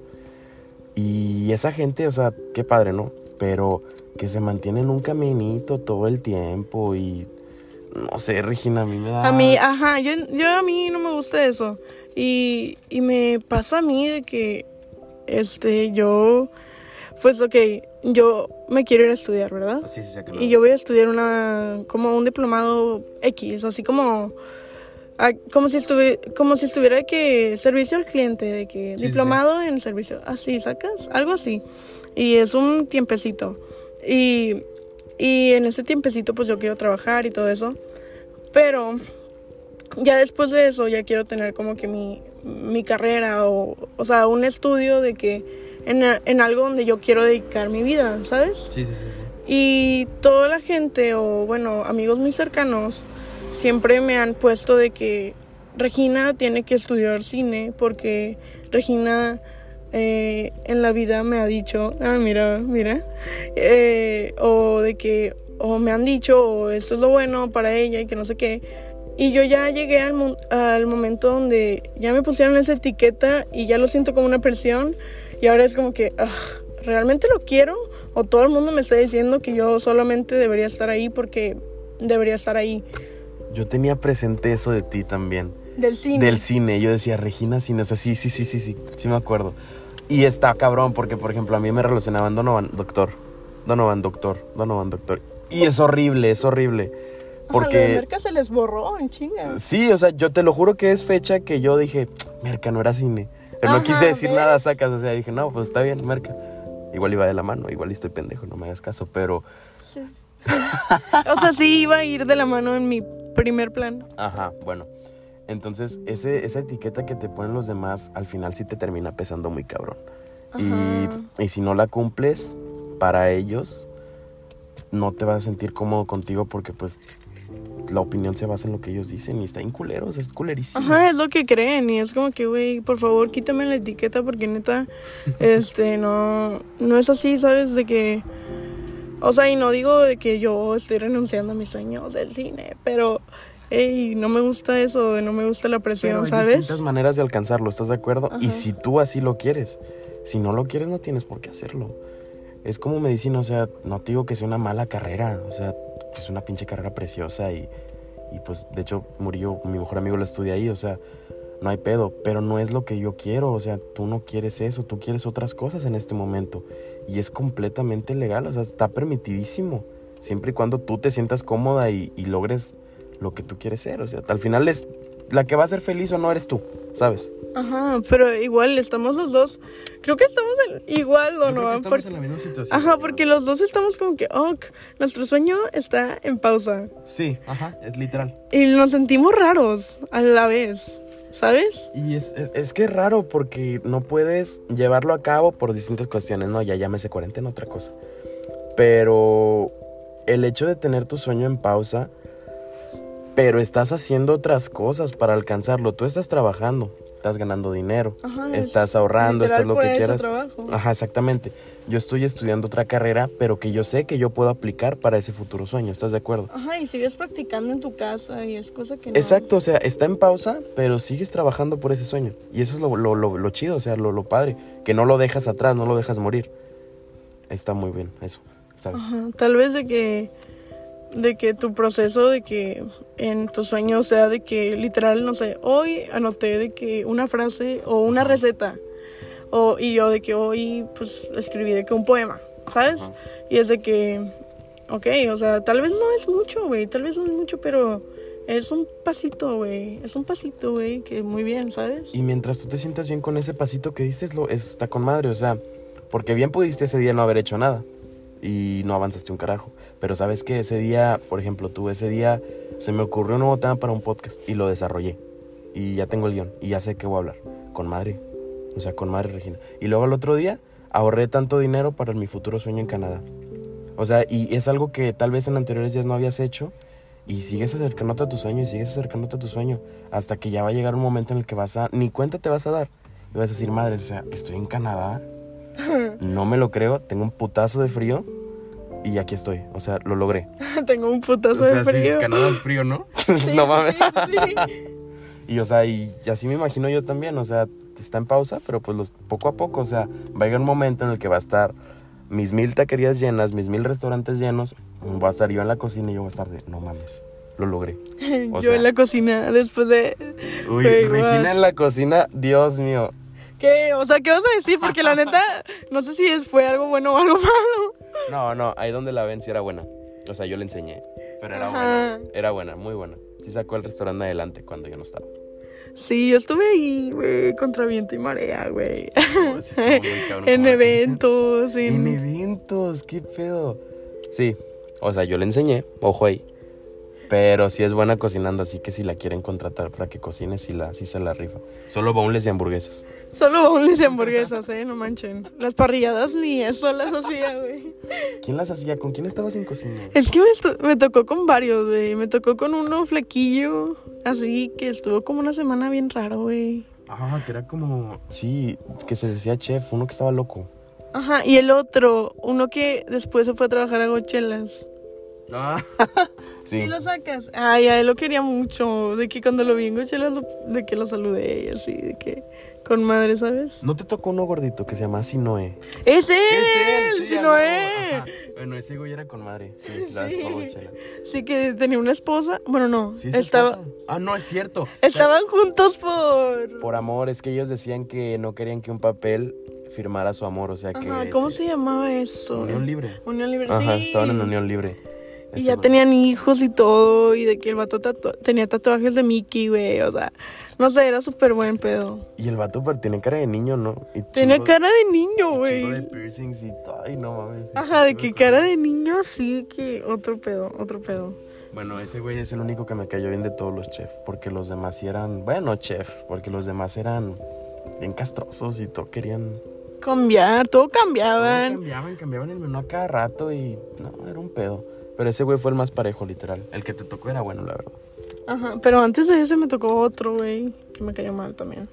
Y esa gente, o sea, qué padre, ¿no? Pero que se mantiene en un caminito todo el tiempo y... No sé, Regina, a mí me da... A mí, ajá, yo, yo a mí no me gusta eso. Y, y me pasa a mí de que, este, yo... Pues, ok, yo me quiero ir a estudiar, ¿verdad? Sí, sí, sí, claro. Y yo voy a estudiar una, como un diplomado X, así como, a, como si estuve, como si estuviera de que servicio al cliente, de que sí, diplomado sí. en servicio, así, ¿sacas? Algo así. Y es un tiempecito. Y, y en ese tiempecito, pues yo quiero trabajar y todo eso. Pero ya después de eso, ya quiero tener como que mi, mi carrera o, o sea, un estudio de que... En, en algo donde yo quiero dedicar mi vida, ¿sabes? Sí, sí, sí, sí. Y toda la gente, o bueno, amigos muy cercanos, siempre me han puesto de que Regina tiene que estudiar cine, porque Regina eh, en la vida me ha dicho, ah, mira, mira, eh, o de que, o me han dicho, o esto es lo bueno para ella y que no sé qué. Y yo ya llegué al, mo- al momento donde ya me pusieron esa etiqueta y ya lo siento como una presión. Y ahora es como que, ugh, ¿realmente lo quiero? O todo el mundo me está diciendo que yo solamente debería estar ahí porque debería estar ahí. Yo tenía presente eso de ti también. Del cine. Del cine. Yo decía, Regina Cine. O sea, sí, sí, sí, sí, sí. Sí me acuerdo. Y está cabrón porque, por ejemplo, a mí me relacionaban Donovan, doctor. Donovan, doctor. Donovan, doctor. Y es horrible, es horrible. Porque... Ajá, lo de Merca se les borró en chinga. Sí, o sea, yo te lo juro que es fecha que yo dije, Merca no era cine. Pero no Ajá, quise decir ¿ves? nada, sacas. O sea, dije, no, pues está bien, Merca. Igual iba de la mano, igual estoy pendejo, no me hagas caso, pero... Sí. O sea, sí iba a ir de la mano en mi primer plan. Ajá, bueno. Entonces, ese, esa etiqueta que te ponen los demás, al final sí te termina pesando muy cabrón. Y, y si no la cumples, para ellos, no te vas a sentir cómodo contigo porque, pues, la opinión se basa en lo que ellos dicen y está en culeros, es culerísimo. Ajá, es lo que creen y es como que, güey, por favor, quítame la etiqueta porque neta, este, no, no es así, ¿sabes? De que, o sea, y no digo de que yo estoy renunciando a mis sueños del cine, pero... Ey, no me gusta eso, no me gusta la presión, Pero hay ¿sabes? distintas maneras de alcanzarlo, ¿estás de acuerdo? Ajá. Y si tú así lo quieres, si no lo quieres no tienes por qué hacerlo. Es como medicina, o sea, no te digo que sea una mala carrera, o sea, es una pinche carrera preciosa y, y pues, de hecho, Murillo, mi mejor amigo lo estudia ahí, o sea, no hay pedo, pero no es lo que yo quiero, o sea, tú no quieres eso, tú quieres otras cosas en este momento y es completamente legal, o sea, está permitidísimo, siempre y cuando tú te sientas cómoda y, y logres lo que tú quieres ser, o sea, al final es la que va a ser feliz o no eres tú, ¿sabes? Ajá, pero igual estamos los dos, creo que estamos en, igual, ¿o no? Estamos Porque- en la misma situación. Ajá, porque los dos estamos como que, oh, nuestro sueño está en pausa Sí, ajá, es literal. y nos sentimos raros a la vez, ¿sabes? Y es, es, es que es raro porque no puedes llevarlo a cabo por distintas cuestiones, ¿no? Ya llámese cuarentena, otra cosa. Pero el hecho de tener tu sueño en pausa, pero estás haciendo otras cosas para alcanzarlo. Tú estás trabajando, estás ganando dinero, Ajá, es estás ahorrando, esto literal es lo por que eso quieras. trabajo. Ajá, exactamente. Yo estoy estudiando otra carrera, pero que yo sé que yo puedo aplicar para ese futuro sueño, ¿estás de acuerdo? Ajá, y sigues practicando en tu casa y es cosa que no. Exacto, o sea, está en pausa, pero sigues trabajando por ese sueño. Y eso es lo, lo, lo, lo chido, o sea, lo, lo padre. Que no lo dejas atrás, no lo dejas morir. Está muy bien eso, ¿sabes? Ajá, tal vez de que de que tu proceso de que en tu sueño sea de que literal, no sé, hoy anoté de que una frase o una receta o y yo de que hoy pues escribí de que un poema, ¿sabes? Ajá. Y es de que ok, o sea, tal vez no es mucho, güey, tal vez no es mucho, pero es un pasito, güey, es un pasito, güey, que muy bien, ¿sabes? Y mientras tú te sientas bien con ese pasito que dices, lo, eso está con madre, o sea, porque bien pudiste ese día no haber hecho nada y no avanzaste un carajo. Pero sabes que ese día, por ejemplo, tú ese día se me ocurrió un nuevo tema para un podcast y lo desarrollé. Y ya tengo el guión y ya sé qué voy a hablar. Con madre, o sea, con madre Regina. Y luego el otro día ahorré tanto dinero para mi futuro sueño en Canadá. O sea, y es algo que tal vez en anteriores días no habías hecho. Y sigues acercándote a tu sueño y sigues acercándote a tu sueño. Hasta que ya va a llegar un momento en el que vas a... Ni cuenta te vas a dar. Y vas a decir, madre, o sea, estoy en Canadá. No me lo creo. Tengo un putazo de frío. Y aquí estoy. O sea, lo logré. Tengo un putazo O sea, de frío. sí, Canadá es frío, ¿no? Sí, No mames. sí, sí. Y, o sea, y, y así me imagino yo también. O sea, está en pausa, pero pues los, poco a poco. O sea, va a llegar un momento en el que va a estar mis mil taquerías llenas, mis mil restaurantes llenos. Va a estar yo en la cocina y yo voy a estar de, no mames, lo logré. O Yo sea- en la cocina después de... Uy, Güey, Regina what? en la cocina, Dios mío. ¿Qué? O sea, ¿qué vas a decir? Porque la neta, no sé si es, fue algo bueno o algo malo. No, no, ahí donde la ven sí era buena. O sea, yo le enseñé. Pero era Ajá. buena. Era buena, muy buena. Sí sacó el restaurante adelante cuando yo no estaba. Sí, yo estuve ahí, güey, contra viento y marea, güey. No, sí estuvo muy cabrón. En Como- eventos, En en... eventos, qué pedo. Sí, o sea, yo le enseñé, ojo ahí. Pero sí es buena cocinando, así que si la quieren contratar para que cocine, sí, la, sí se la rifa. Solo boneless y hamburguesas. Solo boneless de hamburguesas, eh, no manchen. Las parrilladas ni eso las hacía, güey. ¿Quién las hacía? ¿Con quién estabas en cocina? Es que me, estu- me tocó con varios, güey. Me tocó con uno flequillo, así que estuvo como una semana bien raro, güey. Ah, que era como... Sí, que se decía chef, uno que estaba loco. Ajá, y el otro, uno que después se fue a trabajar a Gochelas. Ah, sí. ¿Sí lo sacas? Ay, a él lo quería mucho. De que cuando lo vi en Gochelas, lo- de que lo saludé y así, de que con madre, ¿sabes? ¿No te tocó uno gordito que se llama Sinoé? ¡Es él! ¡Es él! Sí, Sinoé. ajá. Bueno, ese güey era con madre. Sí, la Sí. esposa chela. Sí, que tenía una esposa. Bueno, no. ¿Sí es estaba, esposa? Ah, no, es cierto. Estaban o sea, juntos por... Por amor, es que ellos decían que no querían que un papel firmara su amor, o sea que... Ajá, ¿cómo se llamaba eso? Unión Libre. Unión Libre, Ajá, sí. estaban en unión libre. Y Ese ya man. tenían hijos y todo, y de que el vato tatu- tenía tatuajes de Mickey, güey, o sea, no sé, era súper buen pedo. Y el vato pero tiene cara de niño, ¿no? Y Tenía chingo- cara de niño, chingo güey. de piercings y todo, ay, no mames. Ajá, de Sí, que me cara acuerdo. de niño, sí, que otro pedo, otro pedo. Bueno, ese güey es el único que me cayó bien de todos los chefs, porque los demás sí eran, bueno, chef, porque los demás eran bien castrosos y todo querían... Cambiar, todo todo cambiaban. cambiaban, cambiaban el menú a cada rato y no, era un pedo. Pero ese güey fue el más parejo, literal. El que te tocó era bueno, la verdad. Ajá, pero antes de ese me tocó otro, güey, que me cayó mal también.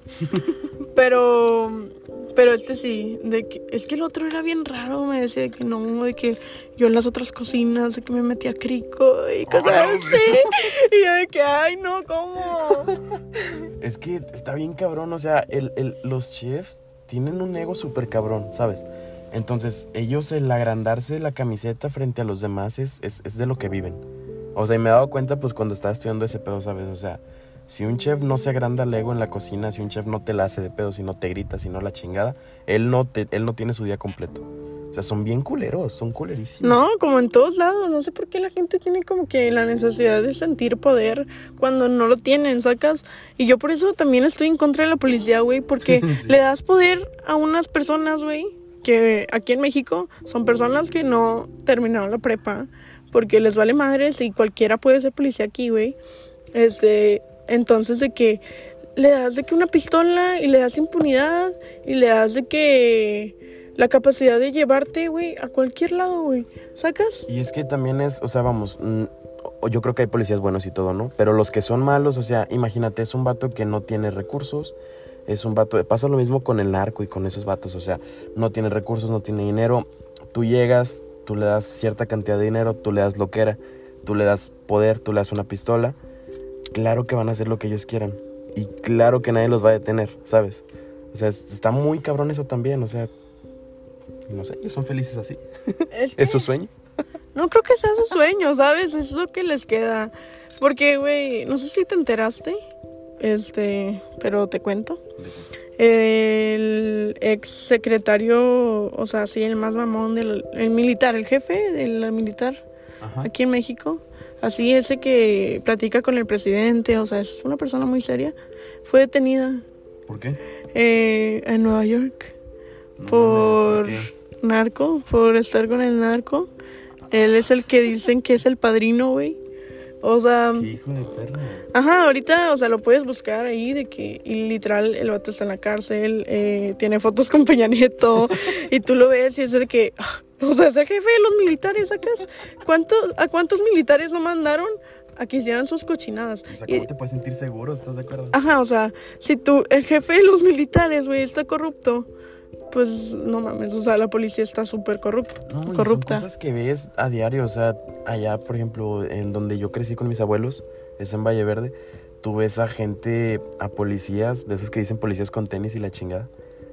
Pero, pero este sí, de que, es que el otro era bien raro, me decía que no, de que yo en las otras cocinas, de que me metía crico y cosas Oh, no, así. Y yo de que, ay, no, ¿cómo? Es que está bien cabrón, o sea, el, el, los chefs tienen un ego súper cabrón, ¿sabes? Entonces, ellos el agrandarse la camiseta frente a los demás es, es, es de lo que viven. O sea, y me he dado cuenta, pues, cuando estaba estudiando ese pedo, ¿sabes? O sea, si un chef no se agranda el ego en la cocina, si un chef no te la hace de pedo, si no te grita, si no la chingada, él no, te, él no tiene su día completo. O sea, son bien culeros, son culerísimos. No, como en todos lados, no sé por qué la gente tiene como que la necesidad de sentir poder cuando no lo tienen, ¿sacas? Y yo por eso también estoy en contra de la policía, güey, porque Sí. le das poder a unas personas, güey, que aquí en México son personas que no terminaron la prepa, porque les vale madres y cualquiera puede ser policía aquí, güey. Este, entonces de que le das de que una pistola y le das impunidad y le das de que la capacidad de llevarte, güey, a cualquier lado, güey. ¿Sacas? Y es que también es, o sea, vamos, mm, yo creo que hay policías buenos y todo, ¿no? Pero los que son malos, o sea, imagínate, es un vato que no tiene recursos, es un vato, pasa lo mismo con el narco y con esos vatos, o sea, no tiene recursos, no tiene dinero, tú llegas, tú le das cierta cantidad de dinero, tú le das loquera, tú le das poder, tú le das una pistola, claro que van a hacer lo que ellos quieran y claro que nadie los va a detener, ¿sabes? O sea, es- está muy cabrón eso también, o sea, no sé, ellos son felices así, Es que es su sueño. no creo que sea su sueño, ¿sabes? Es lo que les queda. Porque, güey, no sé si te enteraste, este, pero te cuento. El ex secretario, o sea, sí, el más mamón del el militar, el jefe de la militar Ajá. aquí en México, así ese que platica con el presidente, o sea, es una persona muy seria, fue detenida ¿Por qué? eh, en Nueva York No por mames, ¿por narco, por estar con el narco. Él es el que dicen que es el padrino, güey. O sea, qué? ¿Qué hijo de perro? ajá, ahorita, o sea, lo puedes buscar ahí de que, y literal, el vato está en la cárcel, eh, tiene fotos con Peña Nieto, y tú lo ves y es de que, ah, o sea, es el jefe de los militares, ¿sacas? ¿Cuántos, ¿A cuántos militares no mandaron a que hicieran sus cochinadas? O sea, Y- ¿cómo te puedes sentir seguro? ¿Estás de acuerdo? ajá, o sea, si tú, el jefe de los militares, güey, está corrupto, pues no mames, o sea, la policía está súper corrup- No, y son corrupta. cosas que ves a diario, o sea, allá, por ejemplo, en donde yo crecí con mis abuelos, es en Valle Verde, tú ves a gente, a policías, de esos que dicen policías con tenis y la chingada,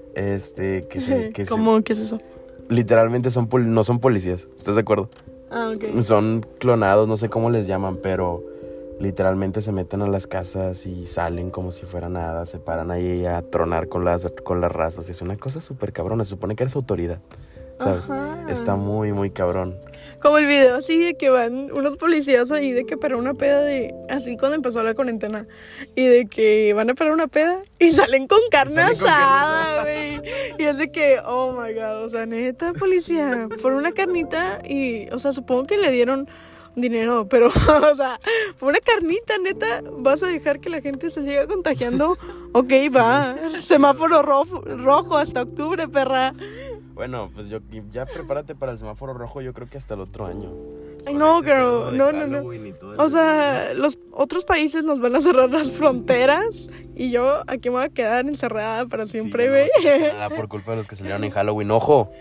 este, que se, que se- ¿Cómo? ¿Qué es eso? literalmente son, pol- no son policías, ¿estás de acuerdo? Ah, ok. Son clonados, no sé cómo les llaman, pero literalmente se meten a las casas y salen como si fuera nada, se paran ahí a tronar con las, con las razas. Es una cosa súper cabrona, se supone que eres autoridad, ¿sabes? Ajá. Está muy, muy cabrón. Como el video así de que van unos policías ahí de que para una peda de... Así cuando empezó la cuarentena. Y de que van a parar una peda y salen con carne Salen con asada, güey. Y es de que, oh my God, o sea, neta, policía, por una carnita y, o sea, supongo que le dieron dinero, pero, o sea, por una carnita, neta, ¿vas a dejar que la gente se siga contagiando? Ok, va, semáforo rojo, rojo hasta octubre, perra. Bueno, pues yo ya prepárate para el semáforo rojo, yo creo que hasta el otro año. Ay, Con no, este pedo girl, de no, no, no. Halloween y todo el O sea, los otros países nos van a cerrar las fronteras y yo aquí me voy a quedar encerrada para desmadre. siempre, Sí, güey. no, sí, nada por culpa de los que salieron en Halloween. ¡Ojo!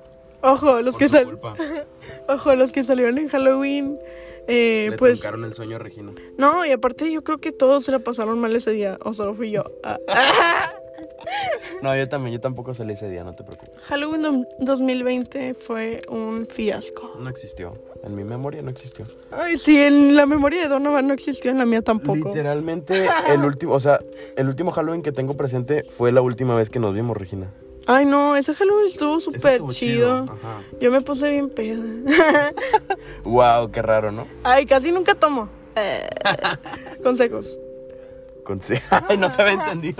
Ojo, los Por que su sal... culpa. Ojo, los que salieron en Halloween, eh, Le pues truncaron el sueño a Regina. no, y aparte yo creo que todos se la pasaron mal ese día, o solo fui yo. Ah. No, yo también, yo tampoco salí ese día, no te preocupes. Halloween do- dos mil veinte fue un fiasco. No existió. En mi memoria no existió. Ay, sí, en la memoria de Donovan no existió, en la mía tampoco. Literalmente, el último, o sea, el último Halloween que tengo presente fue la última vez que nos vimos, Regina. Ay, no, ese Halloween estuvo Ese súper estuvo chido. Ajá. Yo me puse bien peda. Wow, qué raro, ¿no? Ay, casi nunca tomo. Eh, consejos. Con C. Ay, no te había entendido.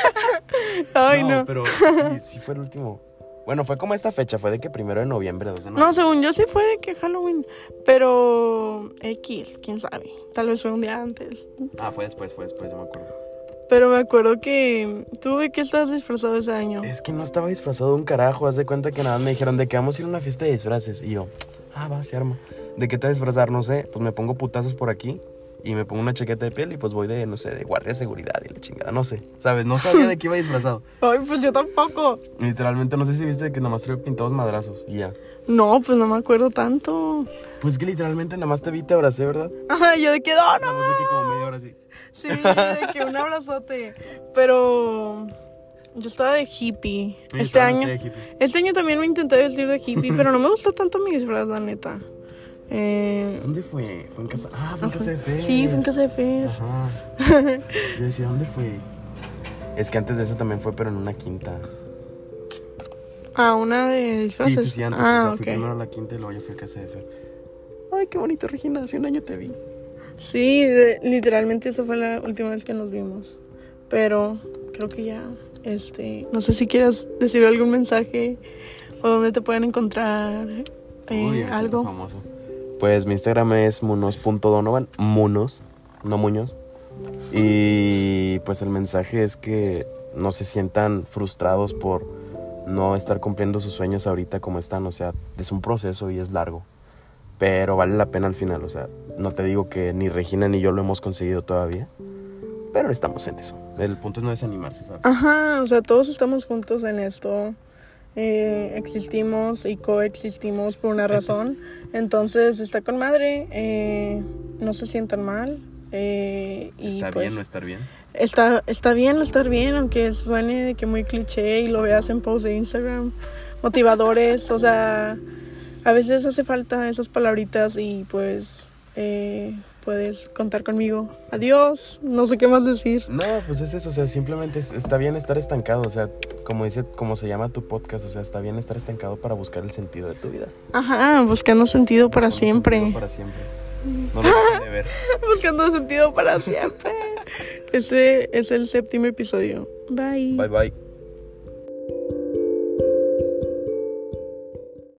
Ay, no. No, pero sí, sí fue el último. Bueno, fue como esta fecha, fue de que primero de noviembre, dos de No, noviembre. según yo sí fue de que Halloween, pero X, quién sabe. Tal vez fue un día antes. Ah, fue después, fue después, yo me acuerdo. Pero me acuerdo que tú de qué estabas disfrazado ese año. Es que no estaba disfrazado de un carajo, haz de cuenta que nada más me dijeron de que vamos a ir a una fiesta de disfraces. Y yo, ah, va, se arma. ¿De qué te vas a disfrazar? No sé, pues me pongo putazos por aquí y me pongo una chaqueta de piel y pues voy de, no sé, de guardia de seguridad y la chingada, no sé. ¿Sabes? No sabía de qué iba disfrazado. Ay, pues yo tampoco. Literalmente, no sé si viste que nada más traía pintados madrazos y ya. No, pues no me acuerdo tanto. Pues que literalmente nada más te vi y te abracé, ¿verdad? Ajá, yo de que no, Nada no. más de que como media hora así. Sí, de que un abrazote. Pero yo estaba de hippie. Yo Este estaba año. vestida de hippie. Este año también me intenté vestir de hippie, pero no me gustó tanto mi disfraz, la neta. Eh, ¿Dónde fue? ¿Fue en casa? Ah, fue en casa de Fer. Sí, fue en casa de Fer. Ajá. Yo decía, ¿dónde fue? Es que antes de eso también fue, pero en una quinta. Ah, una de Sí, disfraces. sí, sí, antes. Ah, o sea, ok. fui primero a la quinta y luego ya fui a casa de Fer. Ay, qué bonito, Regina. Hace un año te vi. Sí, de- literalmente esa fue la última vez que nos vimos. Pero creo que ya, este, no sé si quieras decir algún mensaje o dónde te pueden encontrar, eh, Uy, me siento algo. famoso. Pues mi Instagram es munos punto donovan. Munos, no Muñoz. Y pues el mensaje es que no se sientan frustrados por no estar cumpliendo sus sueños ahorita como están. O sea, es un proceso y es largo. Pero vale la pena al final. O sea, no te digo que ni Regina ni yo lo hemos conseguido todavía. Pero estamos en eso. El punto es no desanimarse, ¿sabes? Ajá, o sea, todos estamos juntos en esto. Eh, existimos y coexistimos por una razón. Entonces está con madre. Eh, no se sientan mal. Eh, y Está pues, bien no estar bien. Está, está bien no estar bien, aunque suene de que muy cliché y lo veas en posts de Instagram. Motivadores, o sea, a veces hace falta esas palabritas y pues eh, puedes contar conmigo. Adiós, no sé qué más decir. No, pues es eso, o sea, simplemente es- está bien estar estancado, o sea, como dice, como se llama tu podcast, o sea, está bien estar estancado para buscar el sentido de tu vida. Ajá, buscando sentido para Buscando siempre. sentido Para siempre. No lo dejes de ver. Buscando sentido para siempre. Ese es el séptimo episodio. Bye. Bye bye.